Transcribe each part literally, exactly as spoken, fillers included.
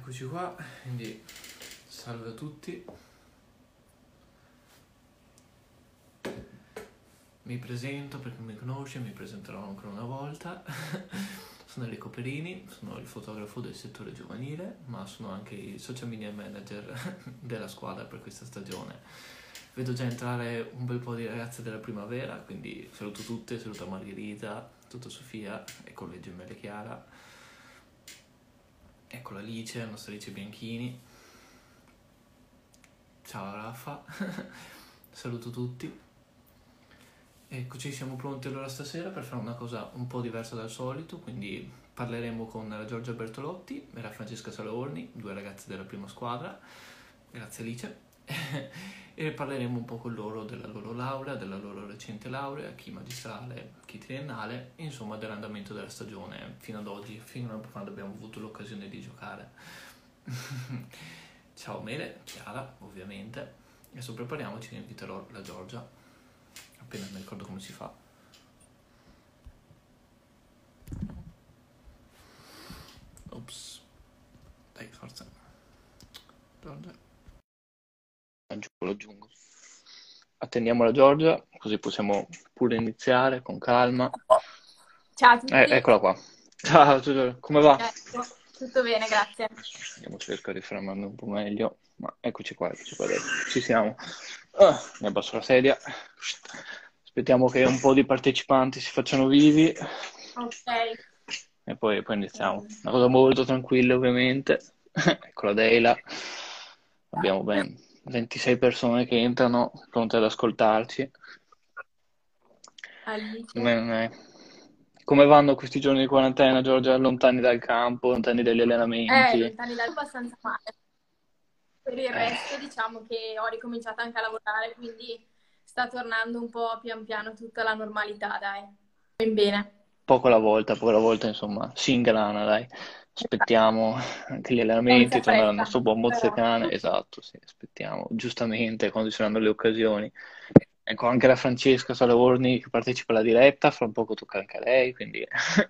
Eccoci qua, quindi salve a tutti. Mi presento per chi mi conosce, mi presenterò ancora una volta. Sono Enrico Perini, sono il fotografo del settore giovanile, ma sono anche il social media manager della squadra per questa stagione. Vedo già entrare un bel po' di ragazze della primavera, quindi saluto tutte, saluto Margherita, saluto Sofia, ecco le gemelle Chiara, ecco l'Alice, la nostra Alice Bianchini. Ciao Raffa, saluto tutti. Eccoci, siamo pronti allora stasera per fare una cosa un po' diversa dal solito, quindi parleremo con la Giorgia Bertolotti e la Francesca Salaorni, due ragazze della prima squadra, grazie Alice, e parleremo un po' con loro della loro laurea, della loro recente laurea, chi magistrale, chi triennale, e insomma dell'andamento della stagione fino ad oggi, fino a quando abbiamo avuto l'occasione di giocare. Ciao Mele, Chiara ovviamente, e adesso prepariamoci, inviterò la Giorgia. Appena mi ricordo come si fa. Ops. Dai, forza. Giorgia. Lo aggiungo. Attendiamo la Giorgia, così possiamo pure iniziare con calma. Ciao a tutti. Eh, eccola qua. Ciao, Giorgia, come va? Ecco, tutto bene, grazie. Vediamo se riesco a rifermarmi un po' meglio. Ma eccoci qua, eccoci qua, dai. Ci siamo. Ah, mi abbasso la sedia. Aspettiamo che un po' di partecipanti si facciano vivi. Ok. E poi, poi iniziamo. Una cosa molto tranquilla, ovviamente. Ecco la Deila. Abbiamo ben ventisei persone che entrano pronte ad ascoltarci. Alice. Come, come vanno questi giorni di quarantena, Giorgia? Lontani dal campo, lontani dagli Eh, allenamenti? lontani da abbastanza male. Per il Eh, resto, diciamo che ho ricominciato anche a lavorare, quindi sta tornando un po' pian piano tutta la normalità, dai. Ben bene. poco alla volta, poco alla volta, insomma, si ingrana, dai. Aspettiamo anche gli Senza allenamenti, tornare al fretta, nostro buon però. mozzecane. Esatto, sì, aspettiamo, giustamente, quando ci saranno le occasioni. Ecco, anche la Francesca Salavorni che partecipa alla diretta, fra un poco tocca anche a lei, quindi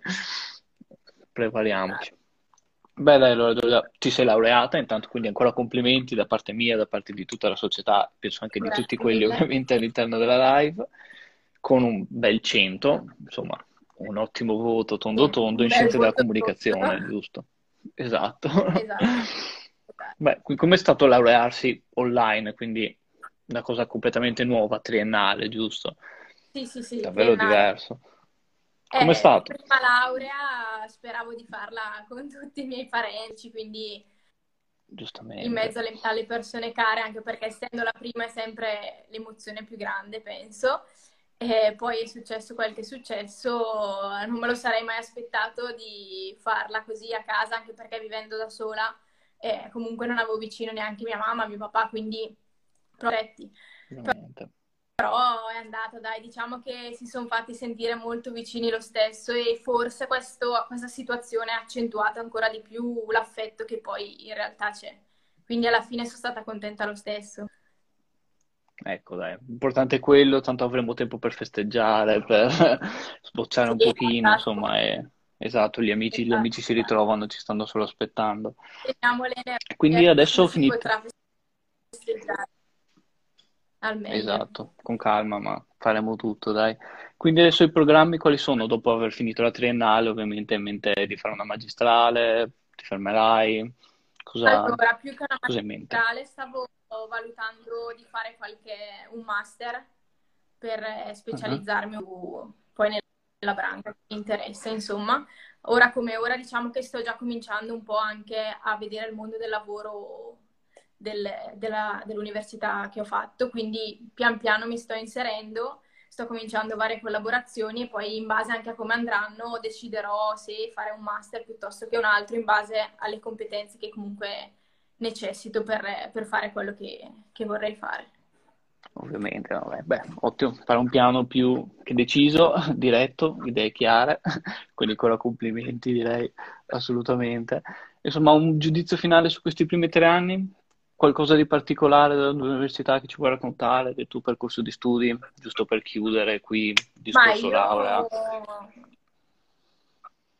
prepariamoci. Beh, dai, allora Giorgia, ti sei laureata, intanto quindi ancora complimenti da parte mia, da parte di tutta la società, penso anche di tutti Grazie quelli mille. ovviamente all'interno della live, con un bel cento, insomma, un ottimo voto tondo Sì, tondo un in bel scienze della voto comunicazione, sotto. giusto? Esatto. Esatto. Beh, qui com'è stato laurearsi online, quindi una cosa completamente nuova, triennale, giusto? Sì, sì, sì, Davvero triennale. diverso. Com'è Eh, stato? prima laurea speravo di farla con tutti i miei parenti, quindi in Giustamente. mezzo alle, alle persone care, anche perché essendo la prima è sempre l'emozione più grande, penso. E poi è successo quel che è successo, non me lo sarei mai aspettato di farla così a casa, anche perché vivendo da sola, eh, comunque non avevo vicino neanche mia mamma, mio papà, quindi protetti. Ovviamente. Però è andata, dai, diciamo che si sono fatti sentire molto vicini lo stesso e forse questo- questa situazione ha accentuato ancora di più l'affetto che poi in realtà c'è. Quindi alla fine sono stata contenta lo stesso. Ecco, dai, l'importante è quello, tanto avremo tempo per festeggiare, per sbocciare Sì, un pochino, esatto, insomma, è... esatto, gli amici, gli amici esatto, si esatto. ritrovano, ci stanno solo aspettando. Teniamo E l'energia quindi che adesso si, ho si finito. potrà festeggiare al meglio. Esatto, con calma, ma faremo tutto, dai. Quindi adesso i programmi quali sono? Dopo aver finito la triennale, ovviamente hai in mente di fare una magistrale, ti fermerai, cosa, Allora, più che una cosa hai in mente? magistrale, stavo valutando di fare qualche, un master per eh, Ah, specializzarmi poi nella branca che mi interessa, insomma. Ora come ora diciamo che sto già cominciando un po' anche a vedere il mondo del lavoro del- della- dell'università che ho fatto, quindi pian piano mi sto inserendo, sto cominciando varie collaborazioni e poi in base anche a come andranno deciderò se fare un master piuttosto che un altro in base alle competenze che comunque necessito per, per fare quello che, che vorrei fare. ovviamente, vabbè. Beh, ottimo, fare un piano più che deciso, diretto, idee chiare, quindi ancora complimenti direi, assolutamente. Insomma, un giudizio finale su questi primi tre anni? Qualcosa di particolare dall'università che ci vuoi raccontare, del tuo percorso di studi, giusto per chiudere qui il Ma discorso io laurea?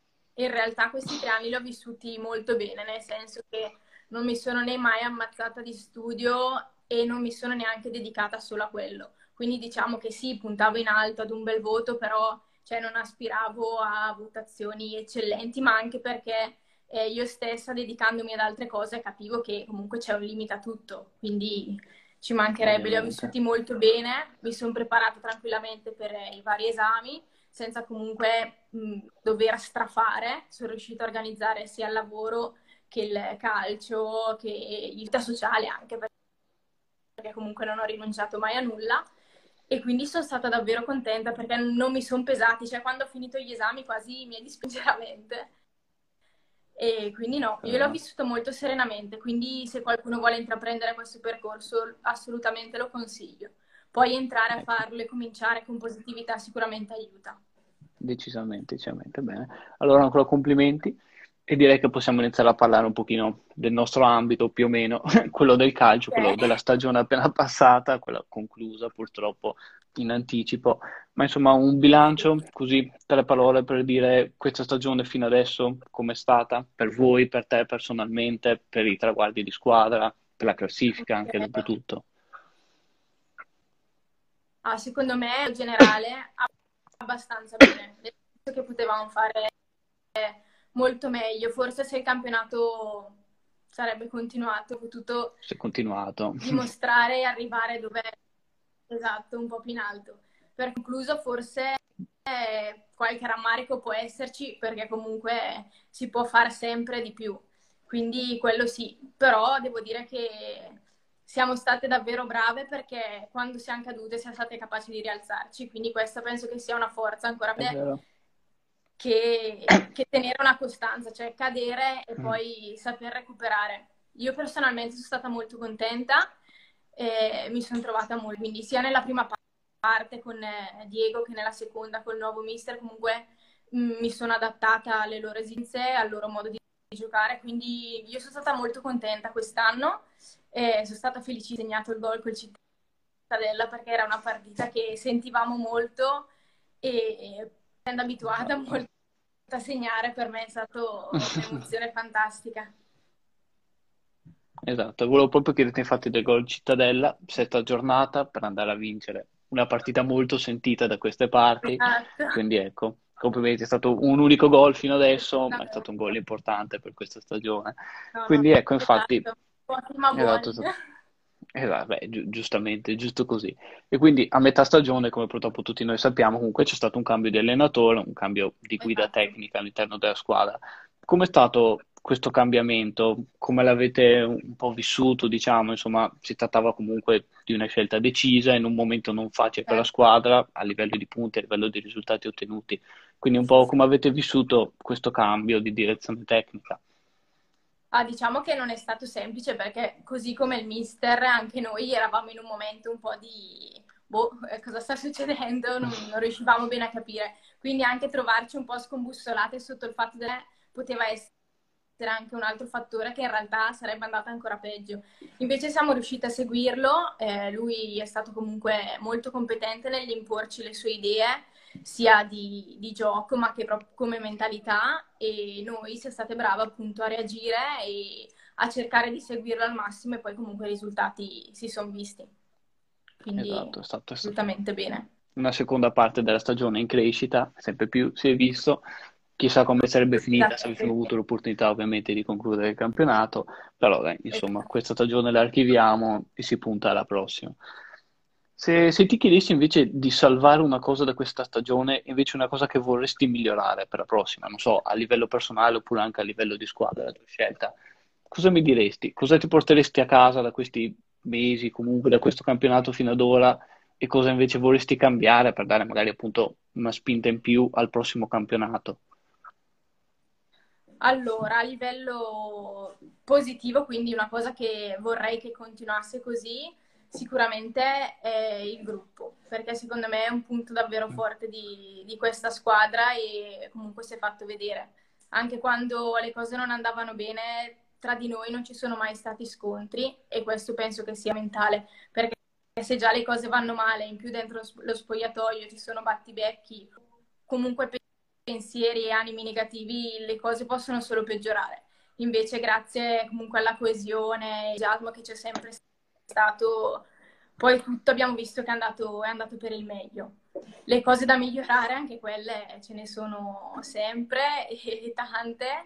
in realtà questi tre anni li ho vissuti molto bene, nel senso che non mi sono né mai ammazzata di studio e non mi sono neanche dedicata solo a quello. Quindi diciamo che sì, puntavo in alto ad un bel voto, però cioè, non aspiravo a votazioni eccellenti, ma anche perché eh, io stessa, dedicandomi ad altre cose, capivo che comunque c'è un limite a tutto. Quindi ci mancherebbe, li ho Ovviamente. vissuti molto bene, mi sono preparata tranquillamente per i vari esami, senza comunque mh, dover strafare. Sono riuscita a organizzare sia il lavoro che il calcio, che la vita sociale anche, perché comunque non ho rinunciato mai a nulla. E quindi sono stata davvero contenta perché non mi sono pesati, cioè quando ho finito gli esami quasi mi è dispiaciuto veramente. E quindi no, io l'ho Eh, vissuto molto serenamente, quindi se qualcuno vuole intraprendere questo percorso assolutamente lo consiglio. Poi entrare a ecco. farlo e cominciare con positività sicuramente aiuta. Decisamente, decisamente bene. Allora ancora complimenti e direi che possiamo iniziare a parlare un pochino del nostro ambito, più o meno, quello del calcio, quello della Ok. stagione appena passata, quella conclusa purtroppo in anticipo, ma insomma un bilancio, così tre parole per dire questa stagione fino adesso com'è stata per voi, per te personalmente, per i traguardi di squadra, per la classifica anche dopo Ok. tutto. Ah, secondo me in generale abbastanza bene, nel senso che potevamo fare molto meglio. Forse se il campionato sarebbe continuato, ho potuto Si è continuato. dimostrare e arrivare dove esatto, un po' più in alto. Per concluso, forse eh, qualche rammarico può esserci perché comunque si può fare sempre di più. Quindi quello sì, però devo dire che siamo state davvero brave perché quando siamo cadute siamo state capaci di rialzarci, quindi questa penso che sia una forza ancora È più vero. che, che tenere una costanza, cioè cadere e poi saper recuperare. Io personalmente sono stata molto contenta e mi sono trovata molto, quindi sia nella prima parte con eh, Diego che nella seconda col nuovo mister, comunque mh, mi sono adattata alle loro esigenze, al loro modo di giocare, quindi io sono stata molto contenta quest'anno e sono stata felice di aver segnato il gol col Cittadella perché era una partita che sentivamo molto e essendo abituata Esatto. molto a segnare per me è stata un'emozione fantastica. Esatto, volevo proprio chiederti infatti del gol Cittadella, sesta giornata per andare a vincere una partita molto sentita da queste parti, Esatto. quindi ecco, complimenti, è stato un unico gol fino adesso, No, ma è stato un gol importante per questa stagione. no, no, Quindi ecco, infatti, esatto. Ottima esatto, è buoni. stato- esatto, beh, gi- giustamente, giusto così. E quindi a metà stagione, come purtroppo tutti noi sappiamo, comunque c'è stato un cambio di allenatore, un cambio di guida Esatto. tecnica all'interno della squadra. Com'è stato questo cambiamento? Come l'avete un po' vissuto, diciamo? Insomma, si trattava comunque di una scelta decisa in un momento non facile per la Certo. squadra, a livello di punti, a livello di risultati ottenuti. Quindi un Sì, po' sì. come avete vissuto questo cambio di direzione tecnica? Ah, diciamo che non è stato semplice perché così come il mister, anche noi eravamo in un momento un po' di boh, eh, cosa sta succedendo, non, non riuscivamo bene a capire. Quindi anche trovarci un po' scombussolate sotto il fatto che poteva essere anche un altro fattore che in realtà sarebbe andata ancora peggio. Invece siamo riusciti a seguirlo, eh, lui è stato comunque molto competente nell'imporci le sue idee sia di, di gioco ma che proprio come mentalità e noi siamo state brave appunto a reagire e a cercare di seguirlo al massimo e poi comunque i risultati si sono visti. Quindi Esatto, è stato, è stato assolutamente bene. una seconda parte della stagione in crescita, sempre più si è visto. Chissà come sarebbe finita se avessimo avuto Esattamente. l'opportunità ovviamente di concludere il campionato, però dai, insomma, questa stagione la archiviamo e si punta alla prossima. Se, se ti chiedessi invece di salvare una cosa da questa stagione, invece una cosa che vorresti migliorare per la prossima, non so, a livello personale oppure anche a livello di squadra, la tua scelta, cosa mi diresti? Cosa ti porteresti a casa da questi mesi, comunque da questo campionato fino ad ora, e cosa invece vorresti cambiare per dare magari appunto una spinta in più al prossimo campionato? Allora, a livello positivo, quindi una cosa che vorrei che continuasse così, sicuramente è il gruppo, perché secondo me è un punto davvero forte di, di questa squadra e comunque si è fatto vedere. Anche quando le cose non andavano bene, tra di noi non ci sono mai stati scontri e questo penso che sia mentale, perché se già le cose vanno male, in più dentro lo spogliatoio ci sono battibecchi, comunque pensieri e animi negativi le cose possono solo peggiorare. Invece grazie comunque alla coesione, entusiasmo che c'è sempre stato, poi tutto abbiamo visto che è andato, è andato per il meglio. Le cose da migliorare, anche quelle ce ne sono sempre e tante.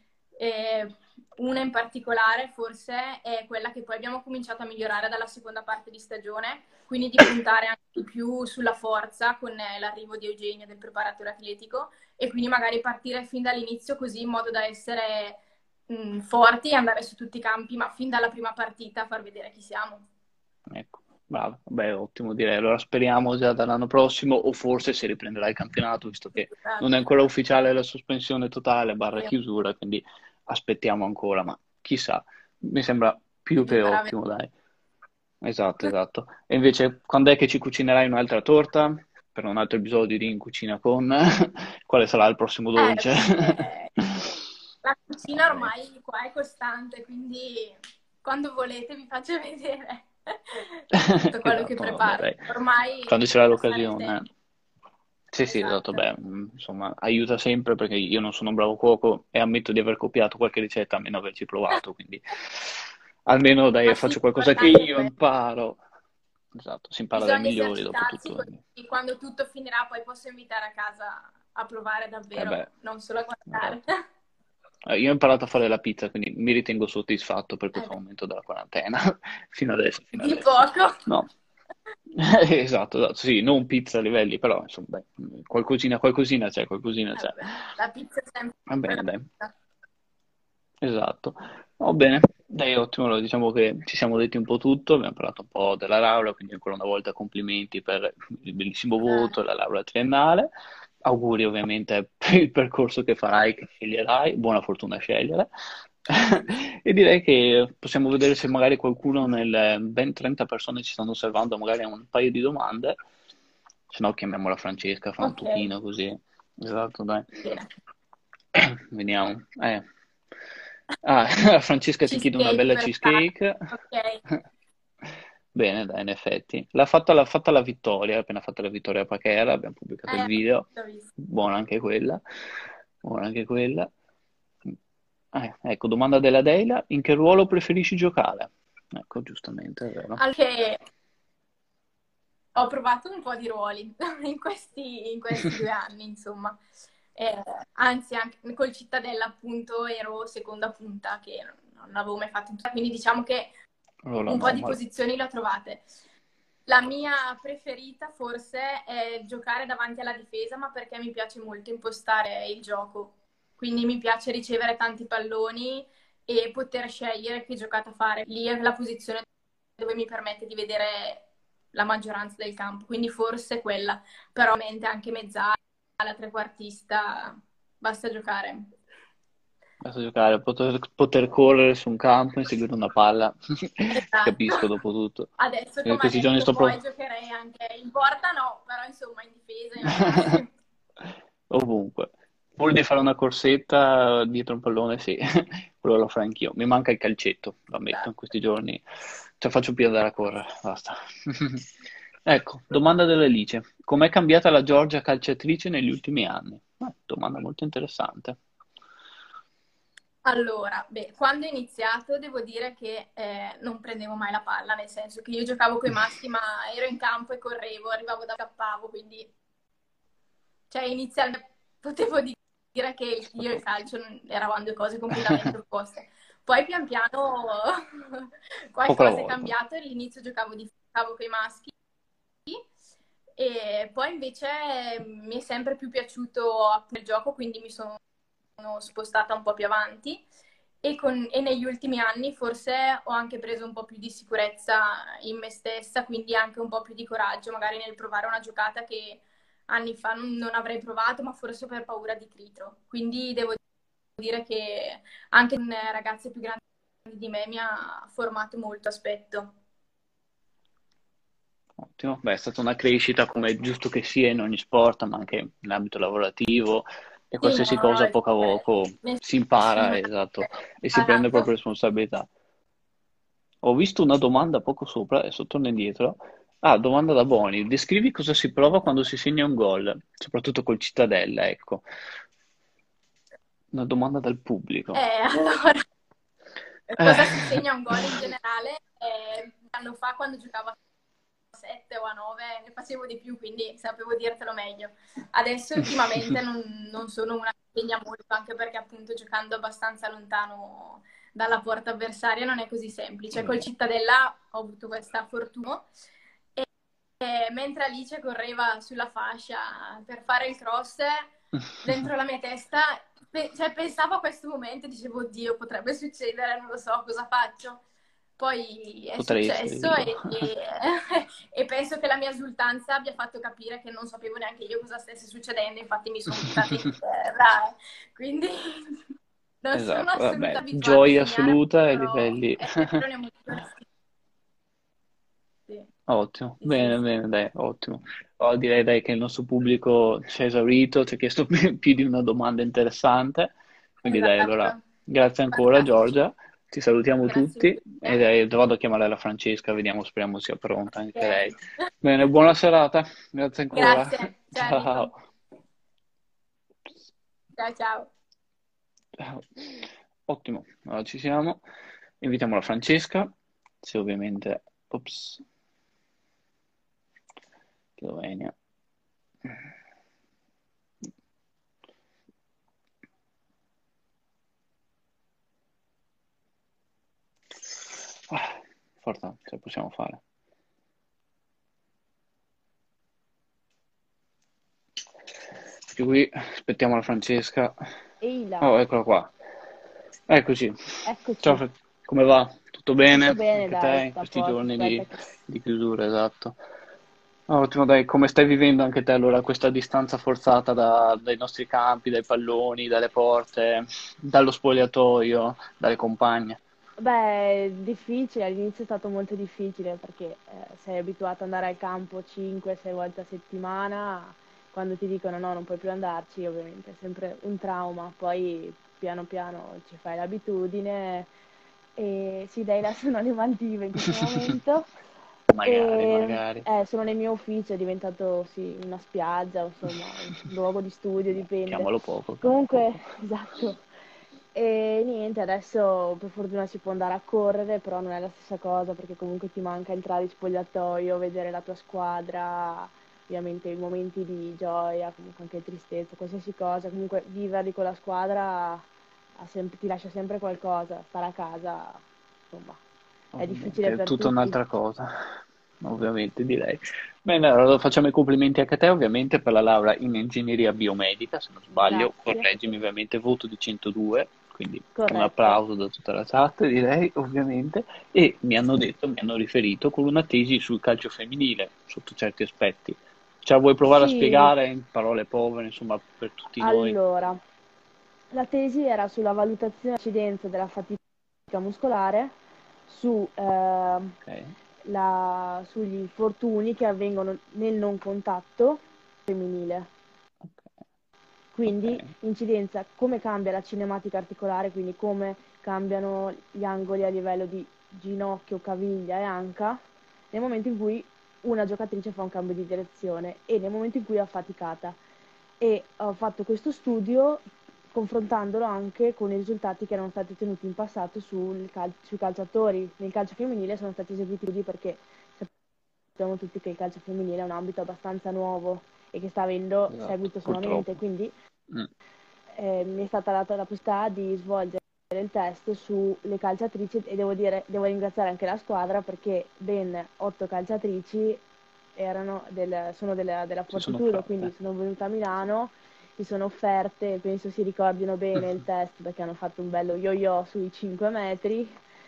E una in particolare forse è quella che poi abbiamo cominciato a migliorare dalla seconda parte di stagione, quindi di puntare anche di più sulla forza con l'arrivo di Eugenio del preparatore atletico e quindi magari partire fin dall'inizio così in modo da essere mh, forti e andare su tutti i campi, ma fin dalla prima partita far vedere chi siamo. Ecco, bravo, beh, ottimo direi. Allora speriamo già dall'anno prossimo, o forse si riprenderà il campionato, visto che non è ancora ufficiale la sospensione totale barra chiusura, quindi aspettiamo ancora, ma chissà, mi sembra più che ottimo, dai. Esatto, esatto. E invece, quando è che ci cucinerai un'altra torta? Per un altro episodio di In Cucina con... Quale sarà il prossimo dolce? Eh, la cucina ormai qua è costante, quindi quando volete vi faccio vedere tutto quello Esatto, che vabbè, preparo. dai. Ormai Quando c'era sarete- l'occasione. Sì, sì, esatto, Esatto. beh, mh, insomma, aiuta sempre perché io non sono un bravo cuoco e ammetto di aver copiato qualche ricetta, almeno averci provato, quindi almeno dai, Ma sì, faccio qualcosa che l'importante è io quello. imparo. Esatto, si impara dai Bisogna migliori dopo esercitarsi tutto. quindi. così quando tutto finirà poi posso invitare a casa a provare Eh beh, davvero, non solo a guardare. esatto. Eh, Io ho imparato a fare la pizza, quindi mi ritengo soddisfatto per Eh questo beh, momento della quarantena, fino adesso, fino di adesso. poco. No, esatto, esatto, sì, non pizza a livelli, però insomma, dai, qualcosina, qualcosina c'è, qualcosina Eh c'è. beh, la pizza è sempre Va bene, una dai. pizza. Esatto, va bene, dai, ottimo, allora, diciamo che ci siamo detti un po' tutto, abbiamo parlato un po' della laurea, quindi ancora una volta complimenti per il bellissimo voto e la laurea triennale, auguri ovviamente per il percorso che farai, che sceglierai, buona fortuna a scegliere, e direi che possiamo vedere se magari qualcuno nelle ben trenta persone ci stanno osservando, magari ha un paio di domande, se no chiamiamola Francesca, fa un Ok, tuchino così, esatto, dai. bene. Vediamo. Eh. Ah, Francesca ti chiede una Cheesecake bella per strada. cheesecake. Ok. Bene, dai, in effetti. L'ha fatta, l'ha fatta la Vittoria, appena fatta la Vittoria a Pachera, abbiamo pubblicato il Eh, video. l'ho visto. Buona anche quella. Buona anche quella. Eh, ecco, domanda della Deila, in che ruolo preferisci giocare? Ecco, giustamente, è vero. Anche ho provato un po' di ruoli in questi, in questi due anni, insomma. Eh, anzi, anche col Cittadella, appunto, ero seconda punta, che non, non avevo mai fatto in tutta, quindi diciamo che Ruolo un po' di anomalo. posizioni le ho trovate. La mia preferita forse è giocare davanti alla difesa, ma perché mi piace molto impostare il gioco. Quindi mi piace ricevere tanti palloni e poter scegliere che giocata fare. Lì è la posizione dove mi permette di vedere la maggioranza del campo, quindi forse quella, però mente anche mezzala, trequartista, basta giocare. Basta giocare, poter, poter correre su un campo e seguire una palla. Ti capisco Esatto. dopo tutto. Adesso che In mi hai questi giorni detto sto poi provando. giocherei anche in porta, no, però insomma in difesa, in attacco. Ovunque. Pur di fare una corsetta dietro un pallone, sì, quello lo farò anch'io. Mi manca il calcetto, lo ammetto, in questi giorni. Cioè, faccio più andare a correre, basta. Ecco, domanda dell'Alice. Com'è cambiata la Giorgia calciatrice negli ultimi anni? Eh, domanda molto interessante. Allora, beh, quando ho iniziato devo dire che eh, non prendevo mai la palla, nel senso che io giocavo con i maschi, ma ero in campo e correvo, arrivavo da cappavo, quindi cioè inizialmente potevo dire che io e il calcio non- eravamo due cose completamente opposte. Poi pian piano Poco alla qualcosa è volta. cambiato, all'inizio giocavo di giocavo con i maschi e poi invece mi è sempre più piaciuto appunto il gioco, quindi mi sono sono spostata un po' più avanti e, con, e negli ultimi anni forse ho anche preso un po' più di sicurezza in me stessa, quindi anche un po' più di coraggio magari nel provare una giocata che anni fa non, non avrei provato, ma forse per paura di Critro. Quindi devo dire che anche con ragazze più grandi di me mi ha formato molto aspetto. Ottimo. Beh, è stata una crescita come è giusto che sia in ogni sport, ma anche nell'ambito lavorativo e Sì, qualsiasi no, no, cosa è poco a sempre poco si impara, nessuno esatto, è e si prende proprio imparato. responsabilità. Ho visto una domanda poco sopra, adesso torno indietro, Ah, domanda da Boni. Descrivi cosa si prova quando si segna un gol, soprattutto col Cittadella, ecco. Una domanda dal Eh, pubblico. allora, Eh, cosa si segna un gol in generale? Eh, anno fa quando giocavo a sette o a nove ne facevo di più, quindi sapevo dirtelo meglio. Adesso ultimamente non, non sono una che segna molto, anche perché appunto giocando abbastanza lontano dalla porta avversaria non è così semplice. Col Cittadella ho avuto questa fortuna e, e mentre Alice correva sulla fascia per fare il cross, dentro la mia testa pe- cioè, pensavo a questo momento e dicevo, oddio, potrebbe succedere, non lo so, cosa faccio? Poi è Potrei essere successo io. e, e, e penso che la mia esultanza abbia fatto capire che non sapevo neanche io cosa stesse succedendo, infatti mi sono buttata in terra, eh. Quindi non sono Esatto, assolutamente vabbè, abituata a gioia segnare, assoluta ai però livelli. è davvero un'emozione. Sì, Ottimo, sì, sì, bene, sì. bene, dai, ottimo. Oh, direi dai che il nostro pubblico si è esaurito, ci ha chiesto più, più di una domanda interessante, quindi dai, allora, Esatto, grazie ancora fantastico. Giorgia, ti salutiamo Grazie tutti e mille. dai, vado a chiamare la Francesca, vediamo, speriamo sia pronta anche lei. Ok. Bene, buona serata, grazie ancora, Grazie, ciao ciao. Enrico. Ciao ciao. Ciao. Ottimo, allora ci siamo, invitiamo la Francesca, se ovviamente, ops, Slovenia. Ah, forza, ce la possiamo fare. Anche qui aspettiamo la Francesca. Ehi là, Oh, eccola qua. Eccoci. Ciao, eccoci. Fra- come va? Tutto Tutto bene? bene, Anche dai, te in sta a questi posto. giorni di, Aspetta che... di chiusura, esatto. Ottimo, dai, come stai vivendo anche te allora questa distanza forzata da- dai nostri campi, dai palloni, dalle porte, dallo spogliatoio, dalle compagne? Beh, è difficile, all'inizio è stato molto difficile perché eh, sei abituato ad andare al campo cinque sei volte a settimana, quando ti dicono no, non puoi più andarci, ovviamente è sempre un trauma, poi piano piano ci fai l'abitudine e sì, dai, là sono le Maldive in questo momento. Magari, E magari. eh, sono nel mio ufficio, è diventato sì, una spiaggia, insomma, un luogo di studio, Beh, dipende. chiamalo poco, chiamalo Comunque, poco. esatto. E niente, adesso per fortuna si può andare a correre, però non è la stessa cosa perché comunque ti manca entrare in spogliatoio, vedere la tua squadra, ovviamente i momenti di gioia, comunque anche tristezza, qualsiasi cosa, comunque viverli con la squadra ha sempre- ti lascia sempre qualcosa, stare a casa, insomma, è difficile Ovviamente, è per tutta tutti. un'altra cosa, ovviamente direi. Bene, allora facciamo i complimenti anche a te, ovviamente, per la laurea in ingegneria biomedica, se non sbaglio, Grazie, correggimi ovviamente, voto di centodue, quindi un corretto. applauso da tutta la chat, direi, ovviamente, e mi hanno detto, mi hanno riferito con una tesi sul calcio femminile, sotto certi aspetti. Ce la vuoi provare a Sì, spiegare in parole povere, insomma, per tutti noi? allora, la tesi era sulla valutazione dell'incidenza della fatica muscolare su, eh, Ok, la- sugli infortuni che avvengono nel non contatto femminile. ok, ok. Quindi incidenza, come cambia la cinematica articolare, quindi come cambiano gli angoli a livello di ginocchio, caviglia e anca, nel momento in cui una giocatrice fa un cambio di direzione e nel momento in cui è affaticata. E ho fatto questo studio confrontandolo anche con i risultati che erano stati ottenuti in passato sul cal- sui calciatori. Nel calcio femminile sono stati eseguiti studi perché sappiamo tutti che il calcio femminile è un ambito abbastanza nuovo e che sta avendo Esatto, seguito solamente, purtroppo. quindi Mm. eh, mi è stata data la possibilità di svolgere il test sulle calciatrici e devo dire, devo ringraziare anche la squadra perché ben otto calciatrici erano del, sono della, della Si sono Fortitudo, quindi fatte. sono venute a Milano, si sono offerte, penso si ricordino bene il test perché hanno fatto un bello yo-yo sui cinque metri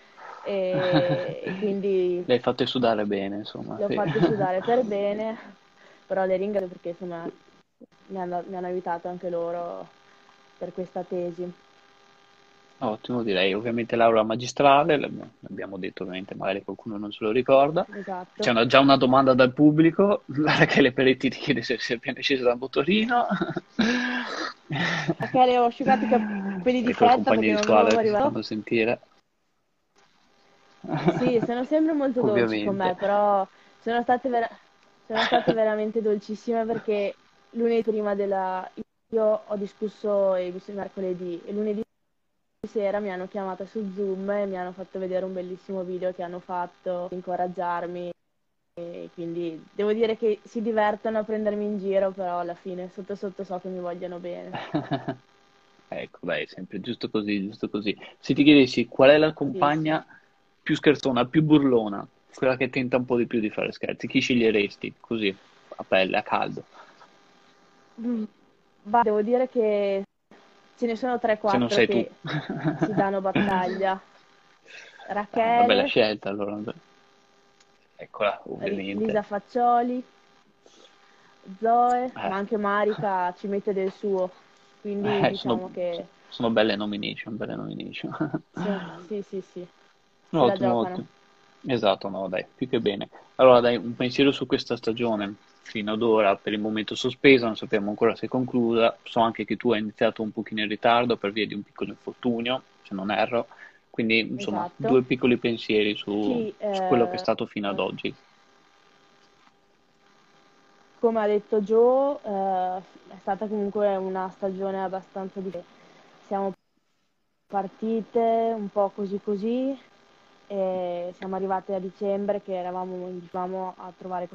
e, e quindi Le hai fatte sudare bene, insomma, le ho sì. fatte sudare per bene, però le ringrazio perché insomma mi hanno, mi hanno aiutato anche loro per questa tesi. Ottimo, direi. Ovviamente laurea magistrale, l'ab- l'abbiamo detto, ovviamente, magari qualcuno non se lo ricorda. C'è Esatto. una- già una domanda dal pubblico, la Rachele Peretti ti chiede se sei appena scesa dal motorino. Perché le ho asciugato i capelli di Ecco i fretta compagni perché di non squadra dovevo che si arrivare. fanno sentire. Sì, sono sempre molto dolci con me, Ovviamente. però Sono state, vera- sono state veramente dolcissime perché lunedì prima della... Io ho discusso il mercoledì e lunedì sera mi hanno chiamata su Zoom e mi hanno fatto vedere un bellissimo video che hanno fatto, incoraggiarmi. E quindi devo dire che si divertono a prendermi in giro, però alla fine sotto sotto so che mi vogliono bene. Ecco, dai, sempre giusto così, giusto così. Se ti chiedessi qual è la Sì, sì. compagna più scherzona, più burlona, quella che tenta un po' di più di fare scherzi, chi sceglieresti? Così, a pelle, a caldo. Mm, bah, devo dire che ce ne sono Se non tre quattro sei tu. che si danno battaglia. Beh, una bella Rachele, scelta, allora. Eccola, Ri- Lisa ovviamente. Faccioli, Zoe, Eh, ma anche Marica ci mette del suo, quindi eh, sono, diciamo che sono belle nomination, belle nomination. so- sì, sì, sì, se la Ottimo, giocano. ottimo. Esatto, no, dai, più che bene. Allora, dai, un pensiero su questa stagione, fino ad ora, per il momento sospesa, non sappiamo ancora se è conclusa. So anche che tu hai iniziato un pochino in ritardo per via di un piccolo infortunio, se non erro. Quindi, insomma, Esatto. due piccoli pensieri su, Sì, su quello che è eh, stato fino ad oggi. come ha detto Joe, eh, è stata comunque una stagione abbastanza difficile. Siamo partite un po' così così e siamo arrivate a dicembre che eravamo, diciamo, a trovare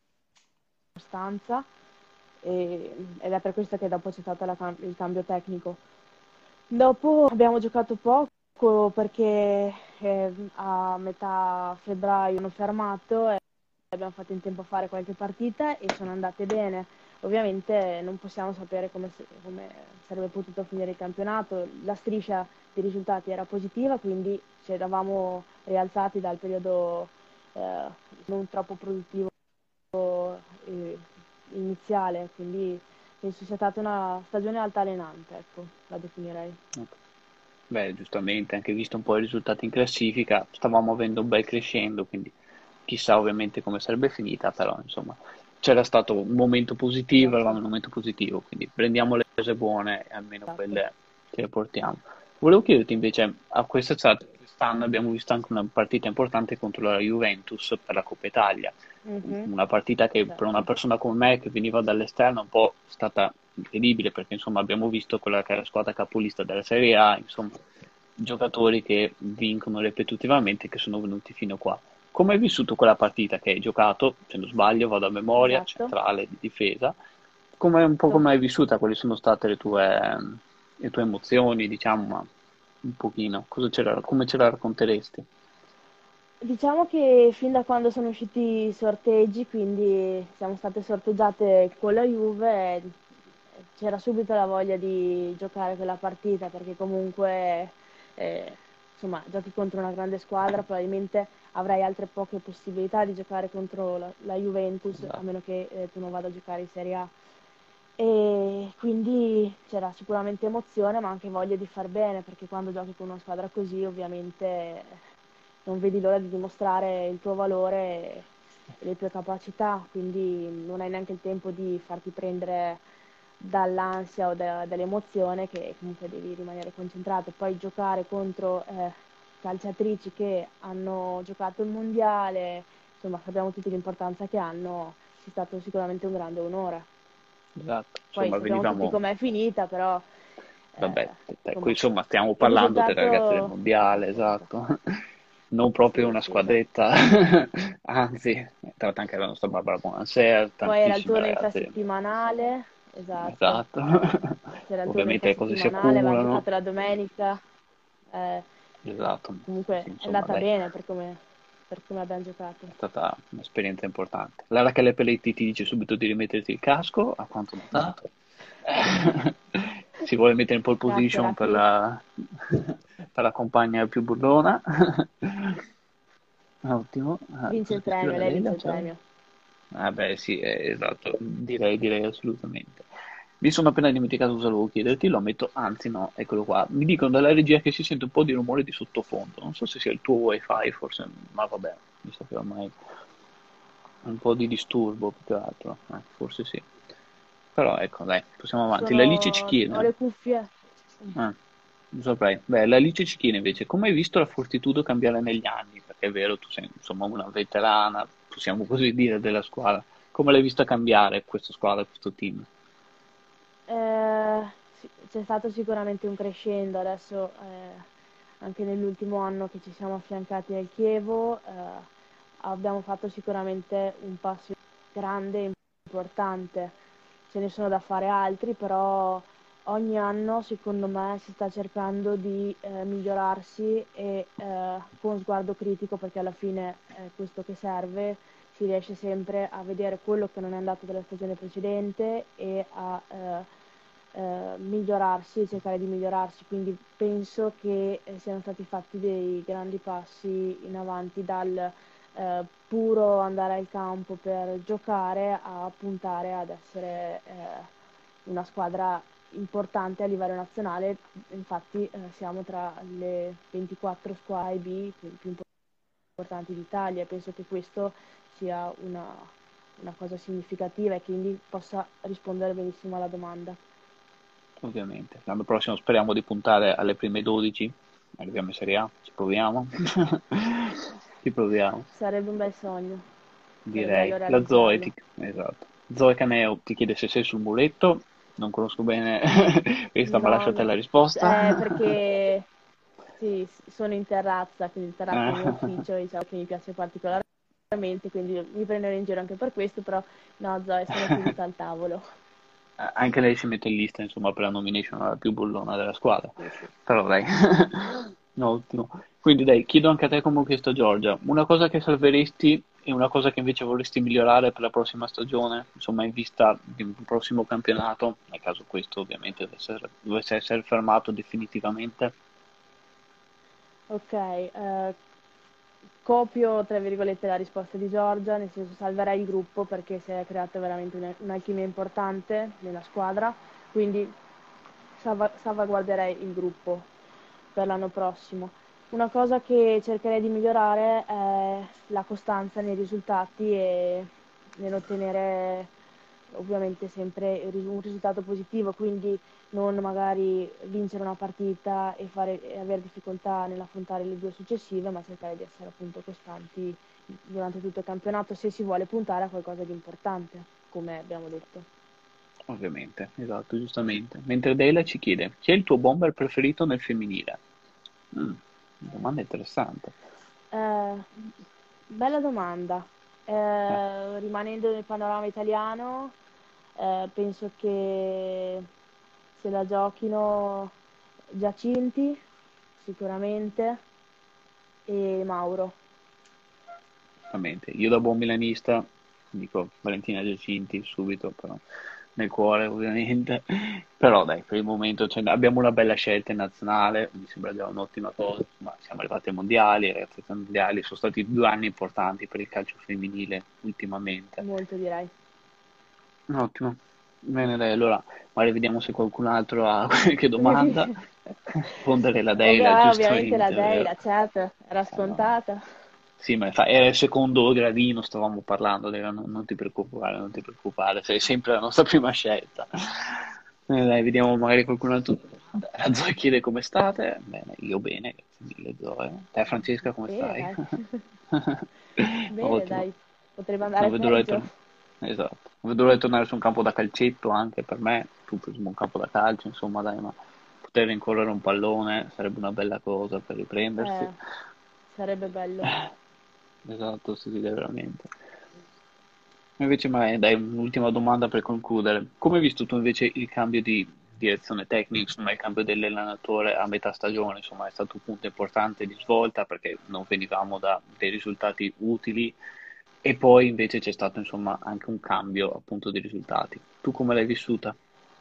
costanza e- ed è per questo che dopo c'è stato la cam- il cambio tecnico. Dopo abbiamo giocato poco perché eh, a metà febbraio hanno fermato e abbiamo fatto in tempo a fare qualche partita e sono andate bene. Ovviamente non possiamo sapere come, se- come sarebbe potuto finire il campionato. La striscia dei risultati era positiva, quindi ci eravamo rialzati dal periodo eh, non troppo produttivo eh, iniziale, quindi penso sia stata una stagione altalenante, ecco, la definirei. Ecco. Beh, giustamente, anche visto un po' i risultati in classifica, stavamo avendo un bel crescendo, quindi chissà ovviamente come sarebbe finita, però insomma c'era stato un momento positivo, eravamo in Esatto, un momento positivo, quindi prendiamo le cose buone e almeno esatto. quelle ce le portiamo. Volevo chiederti invece, a quest'estate, quest'anno abbiamo visto anche una partita importante contro la Juventus per la Coppa Italia, Mhm, una partita che per una certo. persona come me che veniva dall'esterno è un po' stata incredibile perché insomma abbiamo visto quella che è la squadra capolista della Serie A, insomma giocatori che vincono ripetitivamente e che sono venuti fino qua. Come hai vissuto quella partita che hai giocato, se non sbaglio, vado a memoria, Esatto. centrale di difesa? Come, un po' come hai vissuta, quali sono state le tue, le tue emozioni, diciamo, ma un pochino, cosa ce la- come ce la racconteresti? Diciamo che fin da quando sono usciti i sorteggi, quindi siamo state sorteggiate con la Juve, eh, c'era subito la voglia di giocare quella partita perché comunque eh, insomma, giochi contro una grande squadra, probabilmente avrai altre poche possibilità di giocare contro la, la Juventus, a Esatto, meno che eh, tu non vada a giocare in Serie A. E quindi c'era sicuramente emozione, ma anche voglia di far bene, perché quando giochi con una squadra così, ovviamente non vedi l'ora di dimostrare il tuo valore e le tue capacità, quindi non hai neanche il tempo di farti prendere dall'ansia o da- dall'emozione, che comunque devi rimanere concentrato. Poi giocare contro eh, calciatrici che hanno giocato il mondiale, insomma, sappiamo tutti l'importanza che hanno, è stato sicuramente un grande onore. esatto. Poi Insomma, sappiamo tutti venivamo, com'è finita, però vabbè, eh, ecco, insomma, insomma, stiamo il parlando delle ragazze del risultato mondiale, conta. esatto. Non proprio Sì, una sì. squadretta, anzi, tra l'altro anche la nostra Barbara Bonanser, Poi era il tantissime turno ragazze, infrasettimanale, esatto. esatto. C'era il turno Ovviamente le cose si infrasettimanale, avevamo accumulano, giocato la domenica. eh, esatto. Sì, comunque sì, è insomma, andata dai, bene per come, per come abbiamo giocato. è stata un'esperienza importante. La Rachele Pelletti ti dice subito di rimetterti il casco, a quanto notato. Si vuole mettere in pole Grazie, position per Raki. la, per la compagna più burlona. Ottimo. Ah, Vince cosa il che scrive premio, la lei vince Lega? il Ciao. premio. Ah beh, sì, eh, esatto, direi, direi assolutamente. Mi sono appena dimenticato cosa volevo chiederti, lo ammetto, anzi no, eccolo qua. Mi dicono dalla regia che si sente un po' di rumore di sottofondo, non so se sia il tuo wifi, forse, ma vabbè, mi sa che ormai è un po' di disturbo più che altro, eh, forse sì. Però ecco, dai, possiamo avanti. La Alice ci Sono... ho chiede, le cuffie. ah, non saprei. Beh, la Alice ci invece, come hai visto la Fortitudo cambiare negli anni? Perché è vero, tu sei insomma una veterana, possiamo così dire, della squadra. Come l'hai vista cambiare questa squadra, questo team? Eh, sì, c'è stato sicuramente un crescendo, adesso eh, anche nell'ultimo anno che ci siamo affiancati al Chievo eh, abbiamo fatto sicuramente un passo grande e importante. Ce ne sono da fare altri, però ogni anno secondo me si sta cercando di eh, migliorarsi e eh, con sguardo critico, perché alla fine è questo che serve, si riesce sempre a vedere quello che non è andato dalla stagione precedente e a eh, eh, migliorarsi e cercare di migliorarsi. Quindi penso che eh, siano stati fatti dei grandi passi in avanti dal eh, puro andare al campo per giocare a puntare ad essere eh, una squadra importante a livello nazionale. Infatti eh, siamo tra le ventiquattro squadre B più, più importanti d'Italia e penso che questo sia una, una cosa significativa e quindi possa rispondere benissimo alla domanda. Ovviamente. L'anno prossimo speriamo di puntare alle prime dodici, arriviamo in Serie A, ci proviamo. Ci proviamo, Sarebbe un bel sogno, sarebbe direi. bello La Zoe, realizzarlo. ti... esatto. Zoe Caneo ti chiede se sei sul muretto, non conosco bene questa, ma No, lascio a te no, la è risposta. perché sì, s- sono in terrazza, quindi il terrazzo è il mio Eh, ufficio, diciamo che mi piace particolarmente, quindi mi prendono in giro anche per questo, però no, Zoe, sono seduta al tavolo. Anche lei si mette in lista, insomma, per la nomination alla più bullona della squadra. Sì, sì. Però dai, no, ottimo. Quindi dai, chiedo anche a te come ho chiesto a Giorgia, una cosa che salveresti e una cosa che invece vorresti migliorare per la prossima stagione, insomma, in vista di un prossimo campionato, nel caso questo ovviamente dovesse essere, dovesse essere fermato definitivamente. Ok, eh, copio tra virgolette la risposta di Giorgia, nel senso salverei il gruppo perché si è creata veramente un- un'alchimia importante nella squadra, quindi salva- salvaguarderei il gruppo per l'anno prossimo. Una cosa che cercherei di migliorare è la costanza nei risultati e nell'ottenere ovviamente sempre il ris- un risultato positivo, quindi non magari vincere una partita e, fare, e avere difficoltà nell'affrontare le due successive, ma cercare di essere appunto costanti durante tutto il campionato se si vuole puntare a qualcosa di importante, come abbiamo detto. Ovviamente, esatto, giustamente. Mentre Dela ci chiede, chi è il tuo bomber preferito nel femminile? Mm, domanda interessante. Eh, bella domanda. Eh, Eh, rimanendo nel panorama italiano, eh, penso che se la giochino Giacinti, sicuramente, e Mauro. Esattamente. Io da buon milanista dico Valentina Giacinti subito, però nel cuore ovviamente. Però dai, per il momento cioè, abbiamo una bella scelta in nazionale, mi sembra già un'ottima cosa. Ma siamo arrivati ai mondiali, ai ragazzi ai mondiali, sono stati due anni importanti per il calcio femminile ultimamente. Molto direi. Ottimo. Bene, dai, allora magari vediamo se qualcun altro ha qualche domanda. Rispondere la Deila, Ovvia- ovviamente la giustamente, vero? Deila, certo, era Eh, no. scontata. Sì, ma fa- era il secondo gradino, stavamo parlando, Deila, non, non ti preoccupare, non ti preoccupare, sei sempre la nostra prima scelta. Eh, dai, vediamo magari qualcun altro. La Zoe chiede come state. Bene, io bene, grazie mille Zoe. Te Francesca come Bene, stai? dai. Bene, Ottimo. dai. Potrebbe Non andare vedo l'ora di peggio. tornare. Esatto. Non vedo l'ora di tornare su un campo da calcetto anche per me. Tu presumo un campo da calcio, insomma, dai, ma poter rincorrere un pallone sarebbe una bella cosa per riprendersi. Eh, sarebbe bello. Esatto, sì, sì, veramente. Invece, ma dai, un'ultima domanda per concludere. Come hai visto tu invece il cambio di direzione tecnica, insomma, il cambio dell'allenatore a metà stagione? Insomma, è stato un punto importante di svolta perché non venivamo da dei risultati utili e poi invece c'è stato, insomma, anche un cambio appunto di risultati. Tu come l'hai vissuta?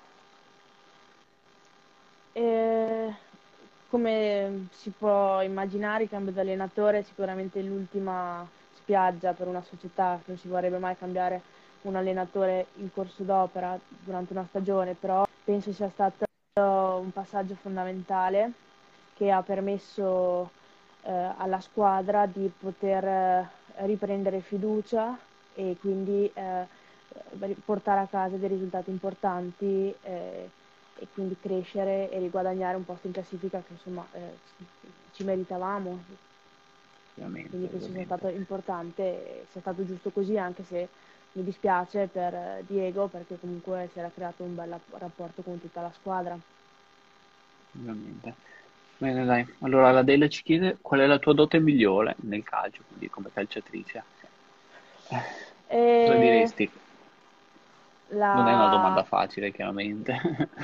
E come si può immaginare, il cambio di allenatore è sicuramente l'ultima spiaggia per una società, non si vorrebbe mai cambiare un allenatore in corso d'opera durante una stagione, però penso sia stato un passaggio fondamentale che ha permesso eh, alla squadra di poter eh, riprendere fiducia e quindi eh, portare a casa dei risultati importanti eh, e quindi crescere e riguadagnare un posto in classifica che insomma eh, ci meritavamo. ovviamente, quindi penso sia ovviamente. stato importante e sia stato giusto così, anche se mi dispiace per eh, Diego perché comunque si era creato un bel rap- rapporto con tutta la squadra. Ovviamente. Bene, dai. Allora la Della ci chiede qual è la tua dote migliore nel calcio, quindi come calciatrice. Eh, Cosa E diresti? Non è una domanda la facile, chiaramente.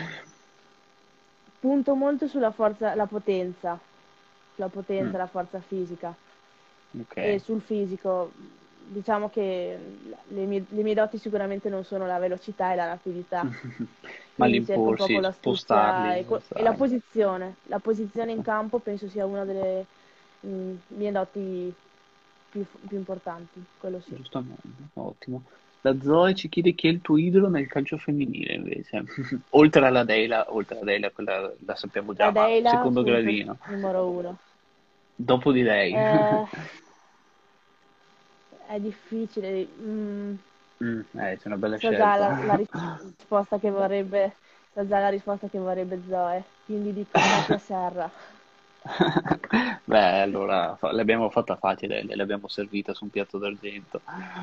punto molto sulla forza, la potenza, la Mm, potenza, la forza fisica. ok. E sul fisico, diciamo che le mie, le mie doti sicuramente non sono la velocità e la rapidità, Ma quindi cerco l'imporsi, proprio l'astuzia e, spostarli, co- e la sai. posizione. La posizione in campo penso sia una delle mm, mie doti più, più importanti, quello sì. Giustamente, ottimo. La Zoe ci chiede chi è il tuo idolo nel calcio femminile, invece. Oltre alla Deila, oltre alla Deila, quella la sappiamo La già, ma Deila, secondo appunto, gradino. numero uno. Dopo di lei. Eh, è difficile. mm, Mm, eh, c'è una bella So già la, la scelta. risposta che vorrebbe, so già la risposta che vorrebbe Zoe, quindi dico Katia Serra. Beh, allora fa- l'abbiamo fatta facile, l'abbiamo servita su un piatto d'argento.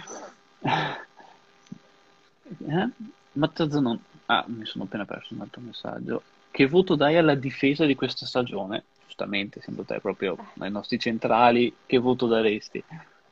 Eh? Mattazzo non... Ah, mi sono appena perso un altro messaggio. Che voto dai alla difesa di questa stagione? Giustamente, essendo te proprio ai nostri centrali, che voto daresti?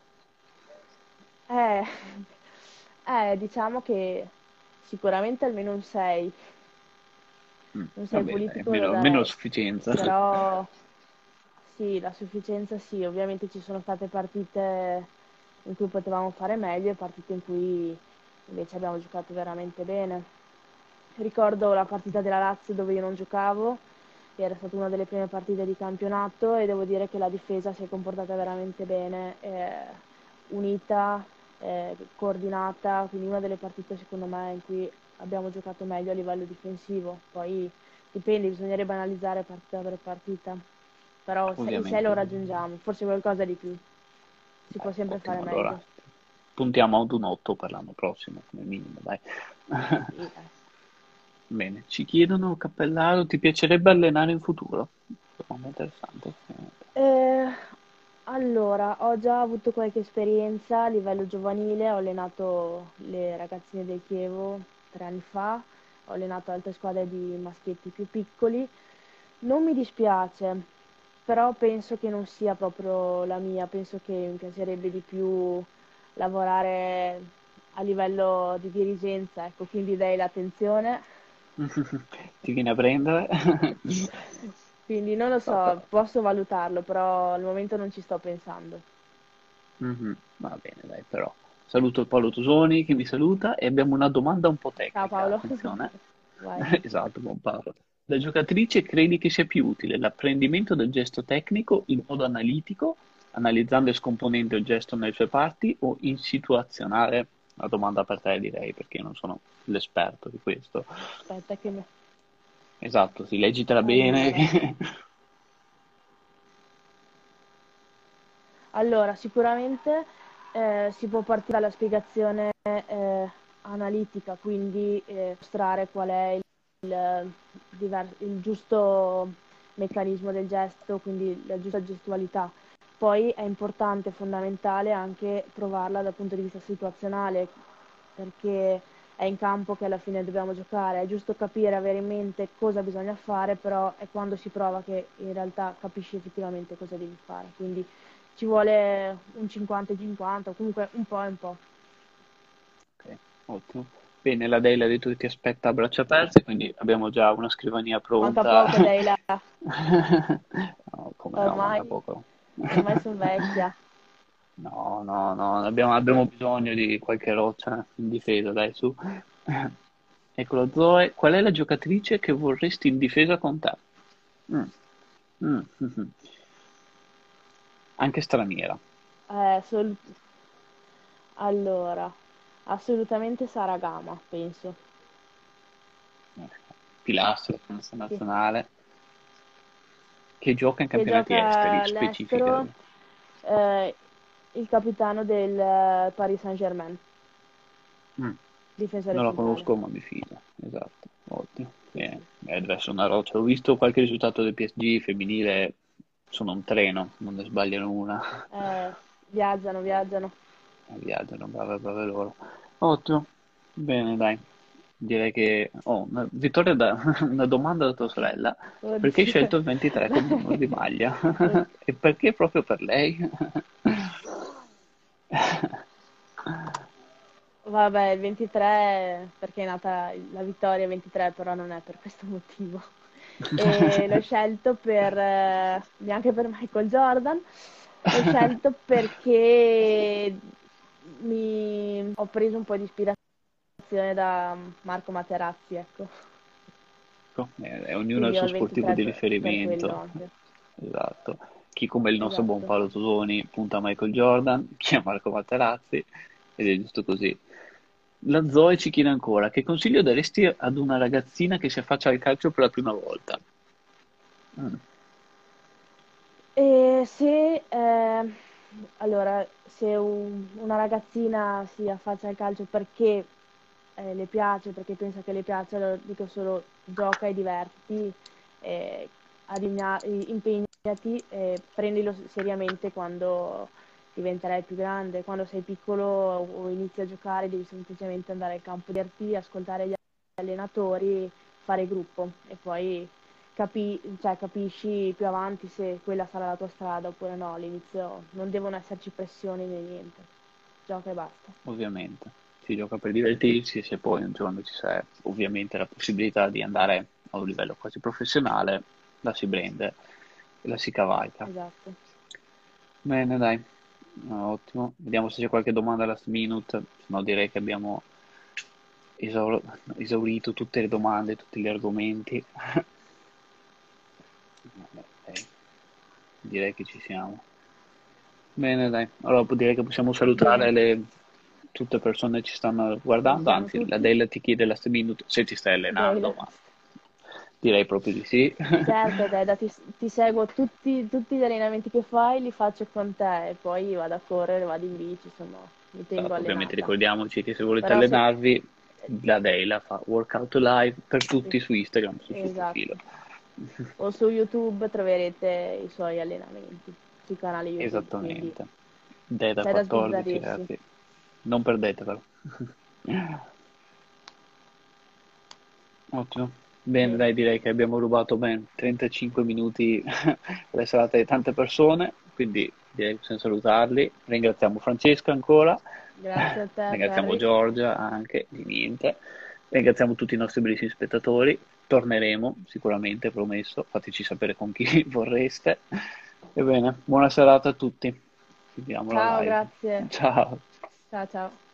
Eh, eh, diciamo che sicuramente almeno un sei, Mm, un va sei bene, dai, politico lo almeno, almeno a darei, sufficienza. però sì, la sufficienza sì, ovviamente ci sono state partite in cui potevamo fare meglio e partite in cui invece abbiamo giocato veramente bene. Ricordo la partita della Lazio dove io non giocavo, era stata una delle prime partite di campionato e devo dire che la difesa si è comportata veramente bene, eh, unita, eh, coordinata, quindi una delle partite secondo me in cui abbiamo giocato meglio a livello difensivo. Poi dipende, bisognerebbe analizzare partita per partita, però se- il sei Ovviamente. lo raggiungiamo, forse qualcosa di più, si può Dai, sempre fare ottimo, allora meglio. puntiamo ad un otto per l'anno prossimo, come minimo, dai. Sì, dai. Bene, ci chiedono, Cappellaro, ti piacerebbe allenare in futuro? Domanda interessante. Eh, allora, ho già avuto qualche esperienza a livello giovanile, ho allenato le ragazzine del Chievo tre anni fa, ho allenato altre squadre di maschietti più piccoli. Non mi dispiace, però penso che non sia proprio la mia, penso che mi piacerebbe di più lavorare a livello di dirigenza, ecco, quindi dai l'attenzione. Ti viene a prendere? Quindi non lo Vabbè. so, posso valutarlo, però al momento non ci sto pensando. Mhm, va bene, dai, però. Saluto il Paolo Tusoni che mi saluta e abbiamo una domanda un po' Ciao tecnica, Paolo. attenzione. Vai. Esatto, buon Paolo. Da giocatrice credi che sia più utile l'apprendimento del gesto tecnico in modo analitico, analizzando e scomponendo il gesto nelle sue parti, o in situazionale? Una domanda per te, direi, perché io non sono l'esperto di questo. Aspetta che mi... Esatto, sì, leggitela bene. Allora, allora sicuramente eh, si può partire dalla spiegazione eh, analitica, quindi eh, mostrare qual è il, diver- il giusto meccanismo del gesto, quindi la giusta gestualità. Poi è importante, fondamentale anche provarla dal punto di vista situazionale, perché è in campo che alla fine dobbiamo giocare, è giusto capire, avere in mente cosa bisogna fare, però è quando si prova che in realtà capisci effettivamente cosa devi fare, quindi ci vuole un cinquanta e cinquanta, o comunque un po' e un po'. Ok, ottimo. Bene, la Dale ha detto che ti aspetta a braccia aperte, quindi abbiamo già una scrivania Manca pronta. poco, dai là, No, come no, manca ormai, poco. ormai sono vecchia. No, no, no, abbiamo, abbiamo bisogno di qualche roccia in difesa, dai, su. Eccolo, Zoe, qual è la giocatrice che vorresti in difesa con te? Mm, mm, mhm. Anche straniera. Eh, sol- allora, assolutamente Saragama, penso. Eh, Pilastro, difesa Sì. nazionale, che gioca in Che campionati esteri, gioca specifica. all'estero, eh, il capitano del eh, Paris Saint-Germain, Mm. difensore Non la centrale. conosco, ma mi fido. Esatto, ottimo. Bene. Eh, deve essere una roccia. Ho visto qualche risultato del P S G femminile, sono un treno, non ne sbagliano una. Eh, viaggiano, viaggiano. Viaggiano, brave, brave loro. Ottimo, bene, dai. Direi che... Oh, una- Vittoria, da... una domanda da tua sorella. Perché hai Oddio. scelto il ventitré come numero di maglia? Od- E perché proprio per lei? Vabbè, il ventitré, perché è nata la vittoria ventitré, però non è per questo motivo. E l'ho scelto per, eh, neanche per Michael Jordan, l'ho scelto perché mi ho preso un po' di ispirazione da Marco Materazzi, ecco. Ecco, eh, e ognuno ha il Quindi ho suo il sportivo ventitré di per, per quello riferimento. anche. Esatto. Chi come il nostro buon Esatto. Paolo Tosoni punta a Michael Jordan, chi a Marco Materazzi, ed è giusto così. La Zoe ci chiede ancora, che consiglio daresti ad una ragazzina che si affaccia al calcio per la prima volta? Mm, E se, eh, allora, se un- una ragazzina si affaccia al calcio perché eh, le piace, perché pensa che le piace, allora dico solo gioca e divertiti, eh, adigna- impegnati e prendilo seriamente quando diventerai più grande. Quando sei piccolo o inizi a giocare devi semplicemente andare al campo, divertirti, ascoltare gli allenatori, fare gruppo e poi capi- cioè, capisci più avanti se quella sarà la tua strada oppure no. All'inizio non devono esserci pressioni né niente, gioca e basta. ovviamente. Si gioca per divertirsi e se poi un giorno ci sarà ovviamente la possibilità di andare a un livello quasi professionale, la si prende e la si cavalca. Esatto. Bene, dai. Ah, ottimo. Vediamo se c'è qualche domanda last minute, se no direi che abbiamo esaur- esaurito tutte le domande, tutti gli argomenti. Vabbè, dai, direi che ci siamo. Bene, dai. Allora direi che possiamo salutare Bene, le... tutte le persone che ci stanno guardando, salutiamo anzi la tutti. Della ti chiede last minute se ti stai allenando, Dale. ma direi proprio di sì. Certo, Deda, ti, ti seguo tutti, tutti gli allenamenti che fai, li faccio con te e poi vado a correre, vado in bici, insomma, mi tengo Esatto, ovviamente allenata. ricordiamoci che se volete Però se... allenarvi, la Della fa workout live per tutti su Instagram, sul suo profilo. Esatto. O su YouTube troverete i suoi allenamenti, sui canali YouTube, quindi Esattamente. Deda c'è da quattordici, sbizzarrirsi. ragazzi. Non perdetevelo. Ottimo. Bene, Bene, dai, direi che abbiamo rubato ben trentacinque minuti alle serate di tante persone, quindi direi che possiamo salutarli. Ringraziamo Francesca ancora, grazie a te, ringraziamo Ferri. Giorgia anche, di niente. Ringraziamo tutti i nostri bellissimi spettatori. Torneremo sicuramente, promesso. Fateci sapere con chi vorreste. Ebbene, buona serata a tutti. Ci vediamo alla Ciao, live. grazie. Ciao. Ciao, ciao.